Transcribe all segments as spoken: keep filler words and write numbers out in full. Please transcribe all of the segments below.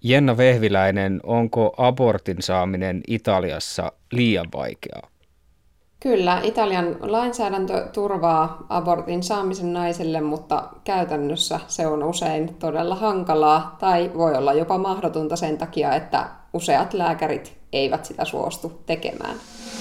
Jenna Vehviläinen, onko abortin saaminen Italiassa liian vaikeaa? Kyllä, Italian lainsäädäntö turvaa abortin saamisen naiselle, mutta käytännössä se on usein todella hankalaa tai voi olla jopa mahdotonta sen takia, että useat lääkärit eivät sitä suostu tekemään.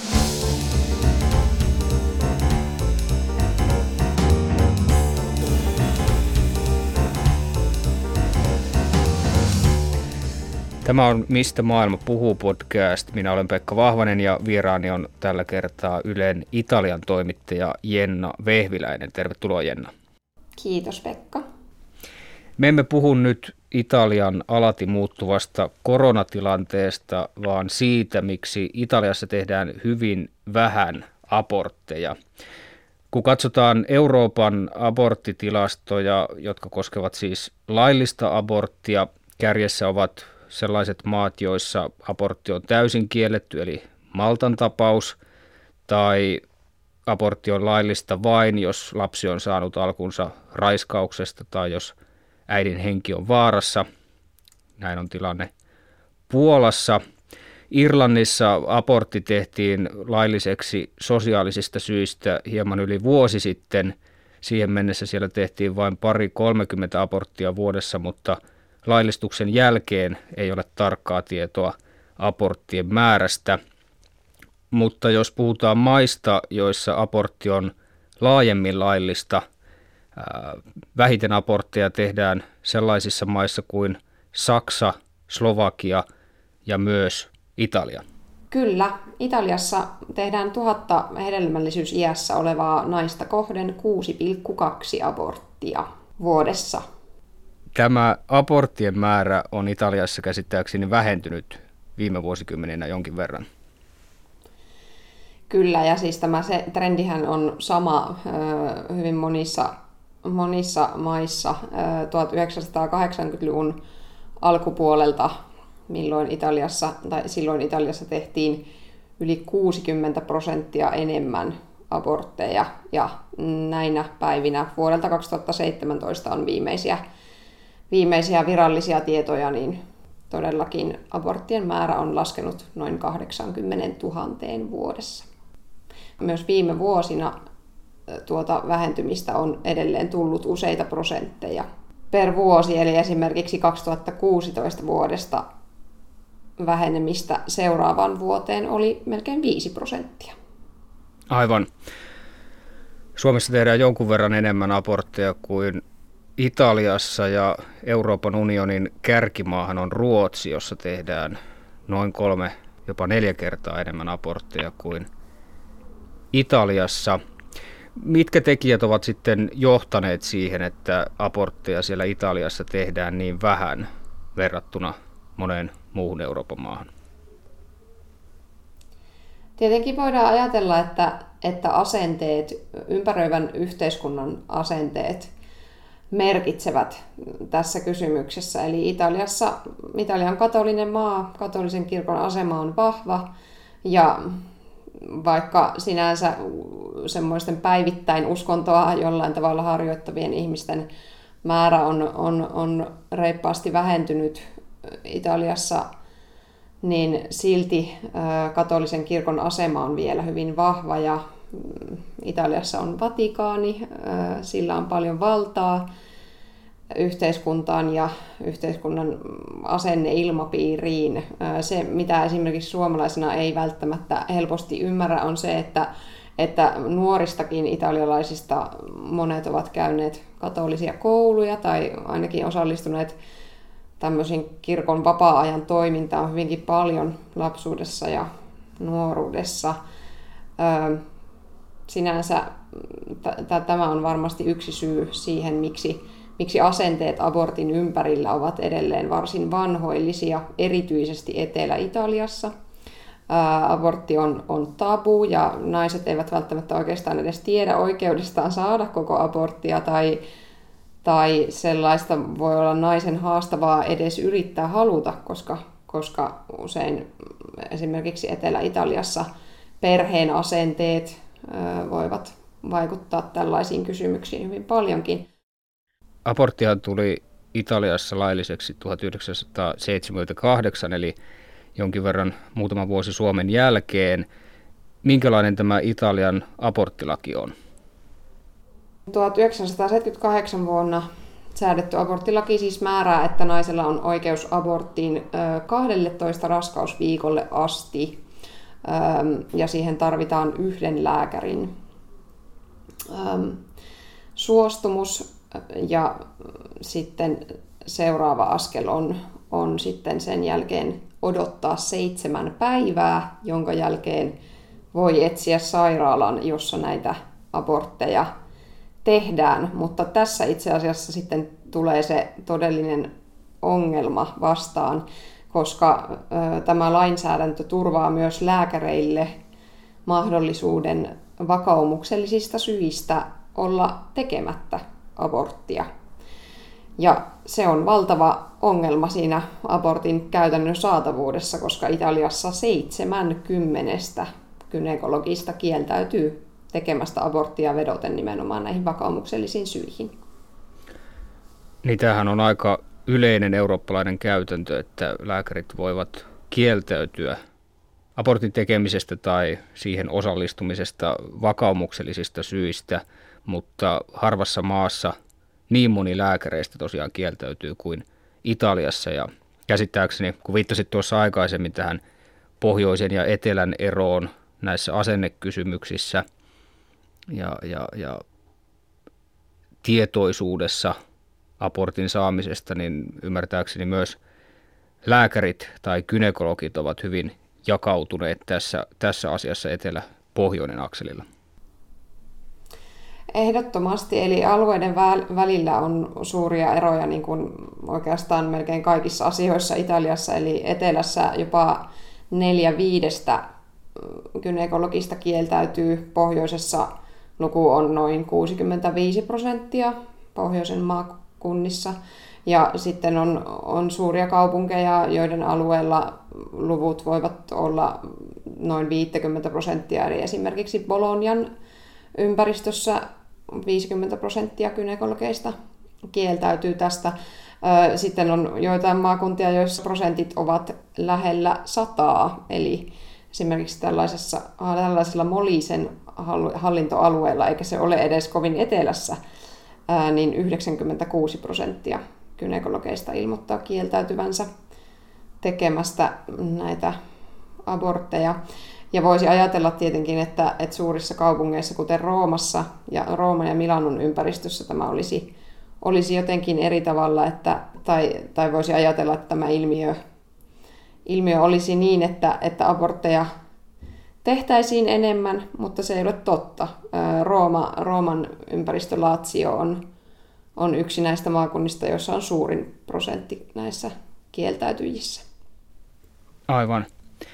Tämä on Mistä maailma puhuu podcast. Minä olen Pekka Vahvanen ja vieraani on tällä kertaa Ylen Italian toimittaja Jenna Vehviläinen. Tervetuloa, Jenna. Kiitos, Pekka. Me emme puhu nyt Italian alati muuttuvasta koronatilanteesta, vaan siitä, miksi Italiassa tehdään hyvin vähän abortteja. Kun katsotaan Euroopan aborttitilastoja, jotka koskevat siis laillista aborttia, kärjessä ovat sellaiset maat, joissa abortti on täysin kielletty, eli Maltan tapaus, tai abortti on laillista vain, jos lapsi on saanut alkunsa raiskauksesta tai jos äidin henki on vaarassa. Näin on tilanne Puolassa. Irlannissa abortti tehtiin lailliseksi sosiaalisista syistä hieman yli vuosi sitten. Siihen mennessä siellä tehtiin vain pari kolmekymmentä aborttia vuodessa, mutta laillistuksen jälkeen ei ole tarkkaa tietoa aborttien määrästä. Mutta jos puhutaan maista, joissa abortti on laajemmin laillista, vähiten abortteja tehdään sellaisissa maissa kuin Saksa, Slovakia ja myös Italia. Kyllä, Italiassa tehdään tuhatta hedelmällisyysiässä olevaa naista kohden kuusi pilkku kaksi aborttia vuodessa. Tämä aborttien määrä on Italiassa käsittääkseni vähentynyt viime vuosikymmeninä jonkin verran. Kyllä, ja siis tämä se trendihän on sama ö, hyvin monissa, monissa maissa ö, tuhatyhdeksänsataakahdeksankymmentäluvun alkupuolelta, milloin Italiassa, tai silloin Italiassa tehtiin yli kuusikymmentä prosenttia enemmän abortteja, ja näinä päivinä vuodelta kaksituhattaseitsemäntoista on viimeisiä, viimeisiä virallisia tietoja, niin todellakin aborttien määrä on laskenut noin kahdeksankymmentätuhatta vuodessa. Myös viime vuosina tuota vähentymistä on edelleen tullut useita prosentteja per vuosi, eli esimerkiksi kaksituhattakuusitoista vuodesta vähenemistä seuraavaan vuoteen oli melkein viisi prosenttia. Aivan. Suomessa tehdään jonkun verran enemmän abortteja kuin Italiassa, ja Euroopan unionin kärkimaahan on Ruotsi, jossa tehdään noin kolme, jopa neljä kertaa enemmän abortteja kuin Italiassa. Mitkä tekijät ovat sitten johtaneet siihen, että abortteja siellä Italiassa tehdään niin vähän verrattuna moneen muuhun Euroopan maahan? Tietenkin voidaan ajatella, että, että asenteet, ympäröivän yhteiskunnan asenteet merkitsevät tässä kysymyksessä. Eli Italiassa, Italia on katolinen maa, katolisen kirkon asema on vahva, ja vaikka sinänsä semmoisten päivittäin uskontoa jollain tavalla harjoittavien ihmisten määrä on, on, on reippaasti vähentynyt Italiassa, niin silti katolisen kirkon asema on vielä hyvin vahva, ja Italiassa on Vatikaani, sillä on paljon valtaa yhteiskuntaan ja yhteiskunnan asenneilmapiiriin. Se, mitä esimerkiksi suomalaisena ei välttämättä helposti ymmärrä, on se, että, että nuoristakin italialaisista monet ovat käyneet katolisia kouluja tai ainakin osallistuneet tämmöisiin kirkon vapaa-ajan toimintaan hyvinkin paljon lapsuudessa ja nuoruudessa. Sinänsä t- tämä on varmasti yksi syy siihen, miksi, miksi asenteet abortin ympärillä ovat edelleen varsin vanhoillisia, erityisesti Etelä-Italiassa. Ää, abortti on, on tabu, ja naiset eivät välttämättä oikeastaan edes tiedä oikeudestaan saada koko aborttia, tai, tai sellaista voi olla naisen haastavaa edes yrittää haluta, koska, koska usein esimerkiksi Etelä-Italiassa perheen asenteet voivat vaikuttaa tällaisiin kysymyksiin hyvin paljonkin. Aborttihan tuli Italiassa lailliseksi tuhatyhdeksänsataaseitsemänkymmentäkahdeksan, eli jonkin verran muutama vuosi Suomen jälkeen. Minkälainen tämä Italian aborttilaki on? tuhatyhdeksänsataaseitsemänkymmentäkahdeksan vuonna säädetty aborttilaki siis määrää, että naisella on oikeus aborttiin kahdelletoista raskausviikolle asti, ja siihen tarvitaan yhden lääkärin suostumus, ja sitten seuraava askel on, on sitten sen jälkeen odottaa seitsemän päivää, jonka jälkeen voi etsiä sairaalan, jossa näitä abortteja tehdään, mutta tässä itse asiassa sitten tulee se todellinen ongelma vastaan, koska ö, tämä lainsäädäntö turvaa myös lääkäreille mahdollisuuden vakaumuksellisista syistä olla tekemättä aborttia. Ja se on valtava ongelma siinä abortin käytännön saatavuudessa, koska Italiassa seitsemän kymmenestä gynekologista kieltäytyy tekemästä aborttia vedoten nimenomaan näihin vakaumuksellisiin syihin. Niin tämähän on aika yleinen eurooppalainen käytäntö, että lääkärit voivat kieltäytyä abortin tekemisestä tai siihen osallistumisesta vakaumuksellisista syistä, mutta harvassa maassa niin moni lääkäreistä tosiaan kieltäytyy kuin Italiassa. Ja käsittääkseni, kun viittasit tuossa aikaisemmin tähän pohjoisen ja etelän eroon näissä asennekysymyksissä, Ja, ja, ja tietoisuudessa abortin saamisesta, niin ymmärtääkseni myös lääkärit tai gynekologit ovat hyvin jakautuneet tässä, tässä asiassa etelä-pohjoinen akselilla. Ehdottomasti, eli alueiden välillä on suuria eroja niin kuin oikeastaan melkein kaikissa asioissa Italiassa, eli etelässä jopa neljä viidestä gynekologista kieltäytyy, pohjoisessa luku on noin kuusikymmentäviisi prosenttia pohjoisen maakunnissa. Ja sitten on, on suuria kaupunkeja, joiden alueella luvut voivat olla noin viisikymmentä prosenttia. Eli esimerkiksi Bolognan ympäristössä viisikymmentä prosenttia gynekologeista kieltäytyy tästä. Sitten on joitain maakuntia, joissa prosentit ovat lähellä sataa. Eli esimerkiksi tällaisessa, tällaisella Molisen hallintoalueella, eikä se ole edes kovin etelässä, ää, niin yhdeksänkymmentäkuusi prosenttia gynekologeista ilmoittaa kieltäytyvänsä tekemästä näitä abortteja. Ja voisi ajatella tietenkin, että, että suurissa kaupungeissa, kuten Roomassa ja Rooman ja Milanon ympäristössä, tämä olisi, olisi jotenkin eri tavalla, että, tai, tai voisi ajatella, että tämä ilmiö, ilmiö olisi niin, että, että abortteja tehtäisiin enemmän, mutta se ei ole totta. Rooma, Rooman ympäristö Lazio on, on yksi näistä maakunnista, joissa on suurin prosentti näissä kieltäytyjissä. Aivan.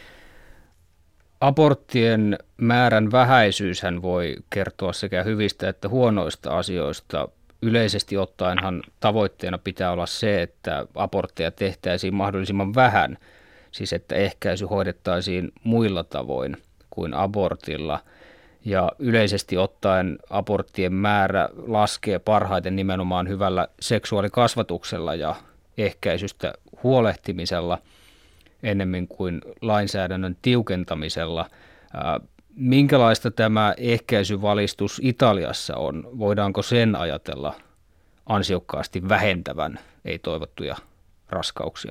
Aborttien määrän vähäisyyshän voi kertoa sekä hyvistä että huonoista asioista. Yleisesti ottaenhan tavoitteena pitää olla se, että abortteja tehtäisiin mahdollisimman vähän, siis että ehkäisy hoidettaisiin muilla tavoin kuin abortilla. Ja yleisesti ottaen aborttien määrä laskee parhaiten nimenomaan hyvällä seksuaalikasvatuksella ja ehkäisystä huolehtimisella ennemmin kuin lainsäädännön tiukentamisella. Minkälaista tämä ehkäisyvalistus Italiassa on? Voidaanko sen ajatella ansiokkaasti vähentävän ei-toivottuja raskauksia?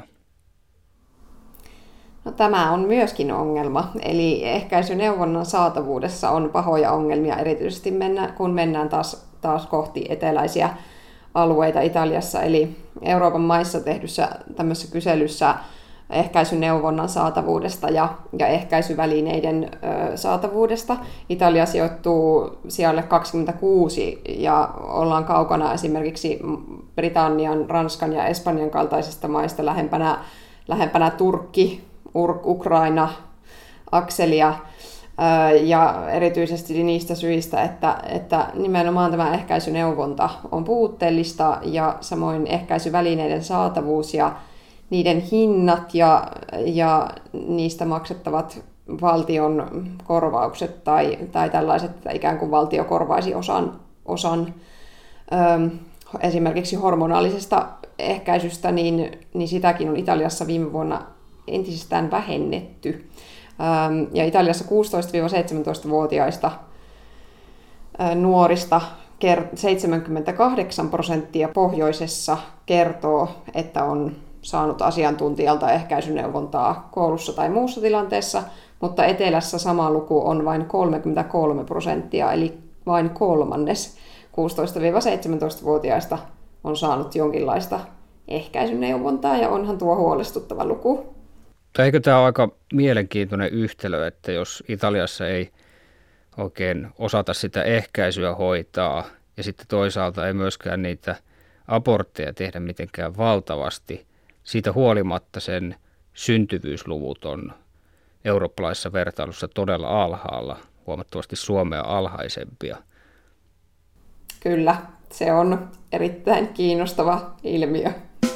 No, tämä on myöskin ongelma, eli ehkäisyneuvonnan saatavuudessa on pahoja ongelmia, erityisesti mennä, kun mennään taas, taas kohti eteläisiä alueita Italiassa, eli Euroopan maissa tehdyssä tämmöisessä kyselyssä ehkäisyneuvonnan saatavuudesta ja, ja ehkäisyvälineiden ö, saatavuudesta. Italia sijoittuu sijalle kaksikymmentäkuusi ja ollaan kaukana esimerkiksi Britannian, Ranskan ja Espanjan kaltaisista maista lähempänä, lähempänä Turkki, Ur- Ukraina, akselia ö, ja erityisesti niistä syistä, että, että nimenomaan tämä ehkäisyneuvonta on puutteellista ja samoin ehkäisyvälineiden saatavuus ja niiden hinnat ja, ja niistä maksettavat valtion korvaukset tai, tai tällaiset, että ikään kuin valtio korvaisi osan, osan ö, esimerkiksi hormonaalisesta ehkäisystä, niin, niin sitäkin on Italiassa viime vuonna entisestään vähennetty. Ja Italiassa kuusitoista-seitsemäntoista-vuotiaista nuorista seitsemänkymmentäkahdeksan prosenttia pohjoisessa kertoo, että on saanut asiantuntijalta ehkäisyneuvontaa koulussa tai muussa tilanteessa, mutta etelässä sama luku on vain kolmekymmentäkolme prosenttia, eli vain kolmannes kuusitoista-seitsemäntoista-vuotiaista on saanut jonkinlaista ehkäisyneuvontaa, ja onhan tuo huolestuttava luku. Eikö tämä ole aika mielenkiintoinen yhtälö, että jos Italiassa ei oikein osata sitä ehkäisyä hoitaa, ja sitten toisaalta ei myöskään niitä abortteja tehdä mitenkään valtavasti, siitä huolimatta sen syntyvyysluvut on eurooppalaisessa vertailussa todella alhaalla, huomattavasti Suomea alhaisempia. Kyllä, se on erittäin kiinnostava ilmiö.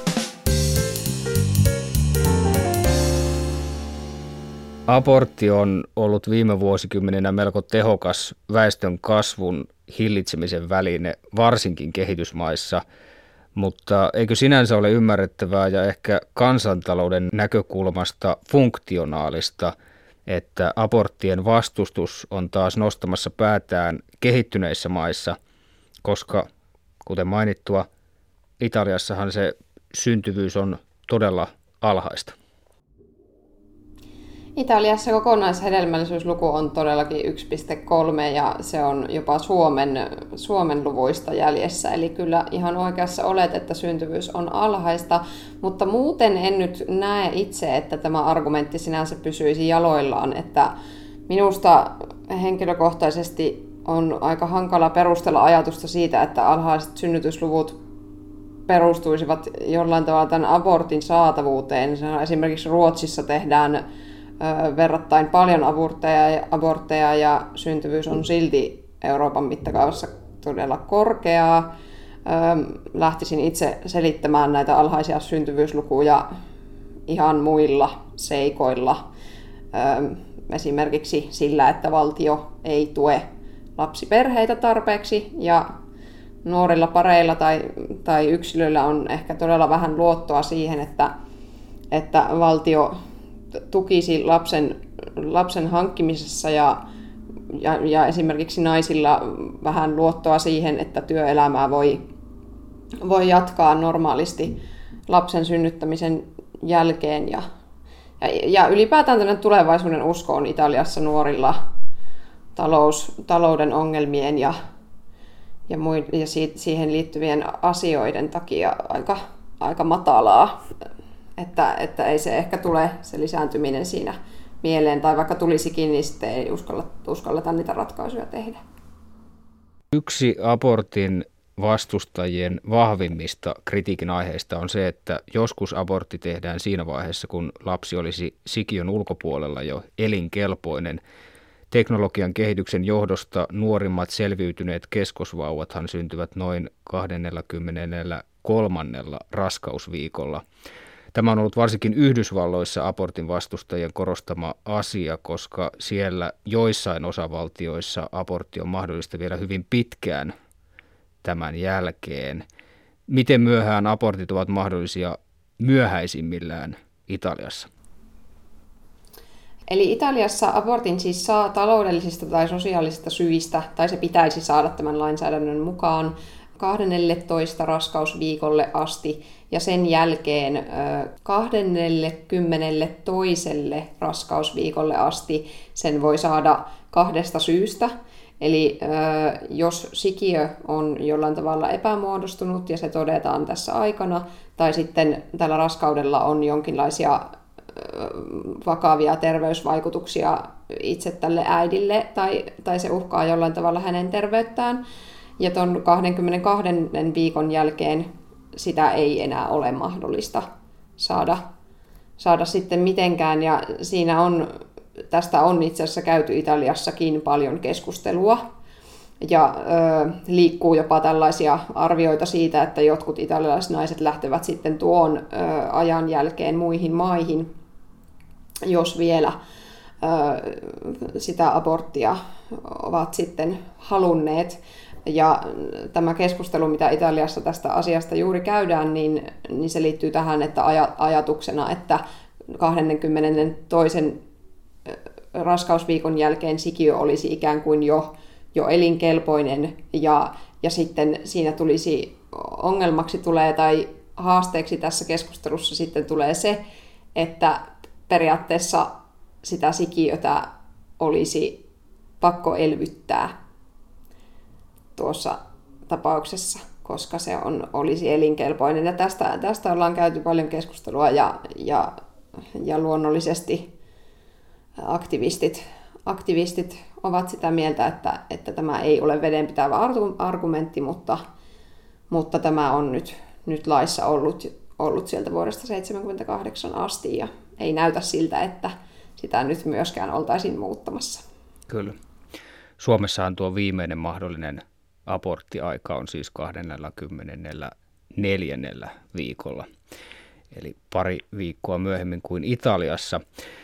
Abortti on ollut viime vuosikymmeninä melko tehokas väestön kasvun hillitsemisen väline, varsinkin kehitysmaissa, mutta eikö sinänsä ole ymmärrettävää ja ehkä kansantalouden näkökulmasta funktionaalista, että aborttien vastustus on taas nostamassa päätään kehittyneissä maissa, koska kuten mainittua, Italiassahan se syntyvyys on todella alhaista. Italiassa kokonaishedelmällisyysluku on todellakin yksi pilkku kolme ja se on jopa Suomen, Suomen luvuista jäljessä. Eli kyllä ihan oikeassa olet, että syntyvyys on alhaista, mutta muuten en nyt näe itse, että tämä argumentti sinänsä pysyisi jaloillaan. Että minusta henkilökohtaisesti on aika hankala perustella ajatusta siitä, että alhaiset synnytysluvut perustuisivat jollain tavalla tämän abortin saatavuuteen. Esimerkiksi Ruotsissa tehdään verrattain paljon abortteja, abortteja ja syntyvyys on silti Euroopan mittakaavassa todella korkeaa. Lähtisin itse selittämään näitä alhaisia syntyvyyslukuja ihan muilla seikoilla. Esimerkiksi sillä, että valtio ei tue lapsiperheitä tarpeeksi ja nuorilla pareilla tai, tai yksilöillä on ehkä todella vähän luottoa siihen, että, että valtio tukisi lapsen, lapsen hankkimisessa ja, ja, ja esimerkiksi naisilla vähän luottoa siihen, että työelämää voi, voi jatkaa normaalisti lapsen synnyttämisen jälkeen. Ja, ja, ja ylipäätään tämmöinen tulevaisuuden usko on Italiassa nuorilla talous, talouden ongelmien ja, ja, mui, ja siihen liittyvien asioiden takia aika, aika matalaa. Että, että ei se ehkä tule se lisääntyminen siinä mieleen, tai vaikka tulisikin, niin sitten ei uskalla, uskalleta niitä ratkaisuja tehdä. Yksi abortin vastustajien vahvimmista kritiikin aiheista on se, että joskus abortti tehdään siinä vaiheessa, kun lapsi olisi sikiön ulkopuolella jo elinkelpoinen. Teknologian kehityksen johdosta nuorimmat selviytyneet keskosvauvathan syntyvät noin kaksikymmentäkolme raskausviikolla. Tämä on ollut varsinkin Yhdysvalloissa abortin vastustajien korostama asia, koska siellä joissain osavaltioissa abortti on mahdollista vielä hyvin pitkään tämän jälkeen. Miten myöhään abortit ovat mahdollisia myöhäisimmillään Italiassa? Eli Italiassa abortin siis saa taloudellisista tai sosiaalisista syistä, tai se pitäisi saada tämän lainsäädännön mukaan, kahdennelletoista raskausviikolle asti ja sen jälkeen kahdennellekymmenelle toiselle raskausviikolle asti sen voi saada kahdesta syystä. Eli jos sikiö on jollain tavalla epämuodostunut ja se todetaan tässä aikana, tai sitten tällä raskaudella on jonkinlaisia vakavia terveysvaikutuksia itse tälle äidille, tai, tai se uhkaa jollain tavalla hänen terveyttään, ja tuon kaksikymmentäkaksi viikon jälkeen sitä ei enää ole mahdollista saada, saada sitten mitenkään. Ja siinä on, tästä on itse asiassa käyty Italiassakin paljon keskustelua. Ja ö, liikkuu jopa tällaisia arvioita siitä, että jotkut italialaisnaiset lähtevät sitten tuon ö, ajan jälkeen muihin maihin, jos vielä ö, sitä aborttia ovat sitten halunneet. Ja tämä keskustelu, mitä Italiassa tästä asiasta juuri käydään, niin, niin se liittyy tähän, että ajatuksena, että kaksikymmentäkaksi raskausviikon jälkeen sikiö olisi ikään kuin jo, jo elinkelpoinen, ja, ja sitten siinä tulisi ongelmaksi tulee tai haasteeksi tässä keskustelussa sitten tulee se, että periaatteessa sitä sikiötä olisi pakko elvyttää tuossa tapauksessa, koska se on, olisi elinkelpoinen. Ja tästä, tästä ollaan käyty paljon keskustelua ja, ja, ja luonnollisesti aktivistit, aktivistit ovat sitä mieltä, että, että tämä ei ole vedenpitävä argumentti, mutta, mutta tämä on nyt, nyt laissa ollut, ollut sieltä vuodesta seitsemänkymmentäkahdeksan asti ja ei näytä siltä, että sitä nyt myöskään oltaisiin muuttamassa. Kyllä. Suomessahan tuo viimeinen mahdollinen aborttiaika on siis kaksikymmentäneljä viikolla, eli pari viikkoa myöhemmin kuin Italiassa.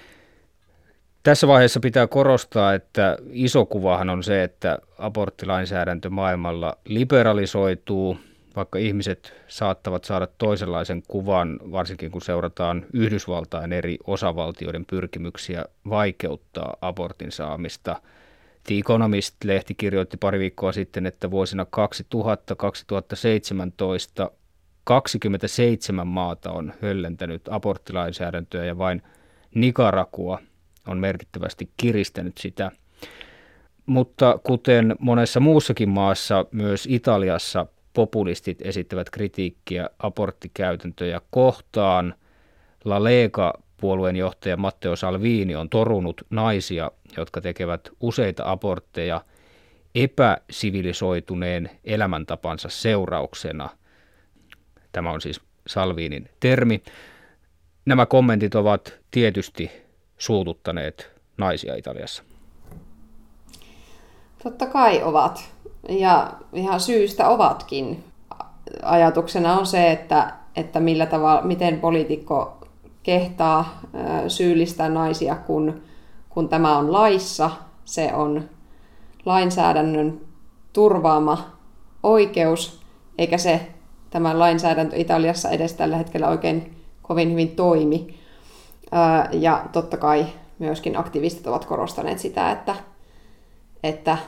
Tässä vaiheessa pitää korostaa, että iso kuvahan on se, että aborttilainsäädäntö maailmalla liberalisoituu, vaikka ihmiset saattavat saada toisenlaisen kuvan, varsinkin kun seurataan Yhdysvaltain eri osavaltioiden pyrkimyksiä vaikeuttaa abortin saamista. The Economist-lehti kirjoitti pari viikkoa sitten, että vuosina kaksituhatta kaksituhattaseitsemäntoista kaksikymmentäseitsemän maata on höllentänyt aborttilainsäädäntöä ja vain Nicaragua on merkittävästi kiristänyt sitä. Mutta kuten monessa muussakin maassa, myös Italiassa populistit esittävät kritiikkiä aborttikäytäntöjä kohtaan. La Lega-puolueen johtaja Matteo Salvini on torunut naisia, jotka tekevät useita abortteja epäsivilisoituneen elämäntapansa seurauksena. Tämä on siis Salvinin termi. Nämä kommentit ovat tietysti suututtaneet naisia Italiassa. Totta kai ovat. Ja ihan syystä ovatkin. Ajatuksena on se, että, että millä tavalla, miten poliitikko kehtaa syyllistää naisia, kun, kun tämä on laissa. Se on lainsäädännön turvaama oikeus, eikä se tämä lainsäädäntö Italiassa edes tällä hetkellä oikein kovin hyvin toimi. Ja totta kai myöskin aktivistit ovat korostaneet sitä, että, että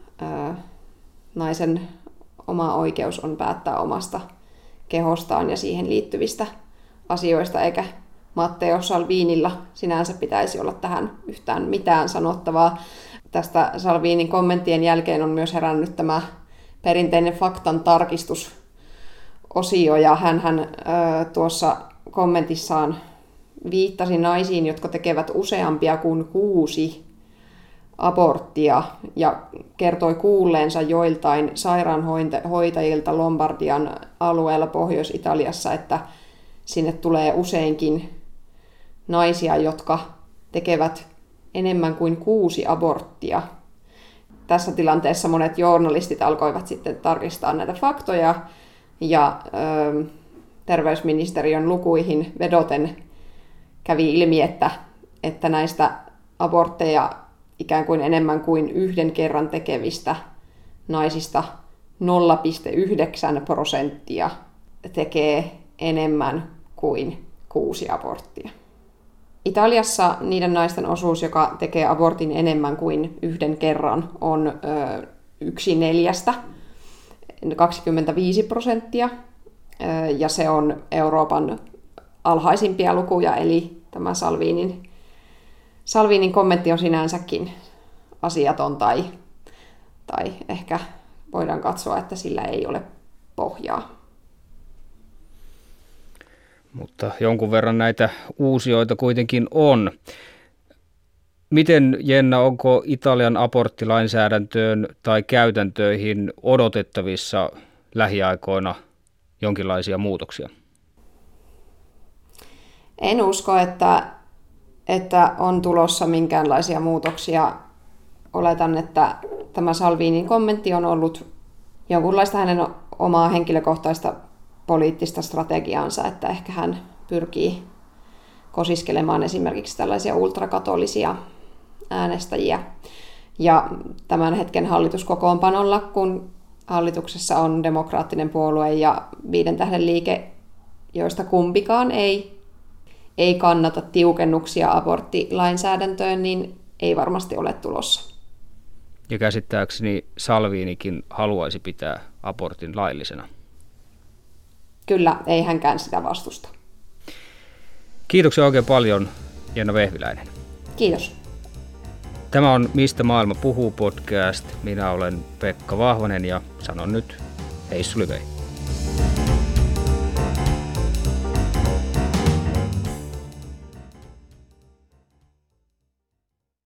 naisen oma oikeus on päättää omasta kehostaan ja siihen liittyvistä asioista, eikä Matteo Salvinilla sinänsä pitäisi olla tähän yhtään mitään sanottavaa. Tästä Salvinin kommenttien jälkeen on myös herännyt tämä perinteinen faktan tarkistusosio, ja hänhän äh, tuossa kommentissaan viittasi naisiin, jotka tekevät useampia kuin kuusi aborttia, ja kertoi kuulleensa joiltain sairaanhoitajilta Lombardian alueella Pohjois-Italiassa, että sinne tulee useinkin naisia, jotka tekevät enemmän kuin kuusi aborttia. Tässä tilanteessa monet journalistit alkoivat sitten tarkistaa näitä faktoja, ja ö, terveysministeriön lukuihin vedoten kävi ilmi, että, että näistä abortteja ikään kuin enemmän kuin yhden kerran tekevistä naisista nolla pilkku yhdeksän prosenttia tekee enemmän kuin kuusi aborttia. Italiassa niiden naisten osuus, joka tekee abortin enemmän kuin yhden kerran, on ö, yksi neljästä, kaksikymmentäviisi prosenttia, ö, ja se on Euroopan alhaisimpia lukuja, eli tämä Salvinin, Salvinin kommentti on sinänsäkin asiaton, tai, tai ehkä voidaan katsoa, että sillä ei ole pohjaa. Mutta jonkun verran näitä uusioita kuitenkin on. Miten, Jenna, onko Italian aborttilainsäädäntöön tai käytäntöihin odotettavissa lähiaikoina jonkinlaisia muutoksia? En usko, että, että on tulossa minkäänlaisia muutoksia. Oletan, että tämä Salvinin kommentti on ollut jonkunlaista hänen omaa henkilökohtaista poliittista strategiaansa, että ehkä hän pyrkii kosiskelemaan esimerkiksi tällaisia ultrakatolisia äänestäjiä. Ja tämän hetken hallituskokoonpanolla, kun hallituksessa on demokraattinen puolue ja viiden tähden liike, joista kumpikaan ei, ei kannata tiukennuksia aborttilainsäädäntöön, niin ei varmasti ole tulossa. Ja käsittääkseni Salvinikin haluaisi pitää abortin laillisena. Kyllä, ei hänkään sitä vastusta. Kiitoksia oikein paljon, Jenna Vehviläinen. Kiitos. Tämä on Mistä maailma puhuu podcast. Minä olen Pekka Vahvanen ja sanon nyt heissuli vei.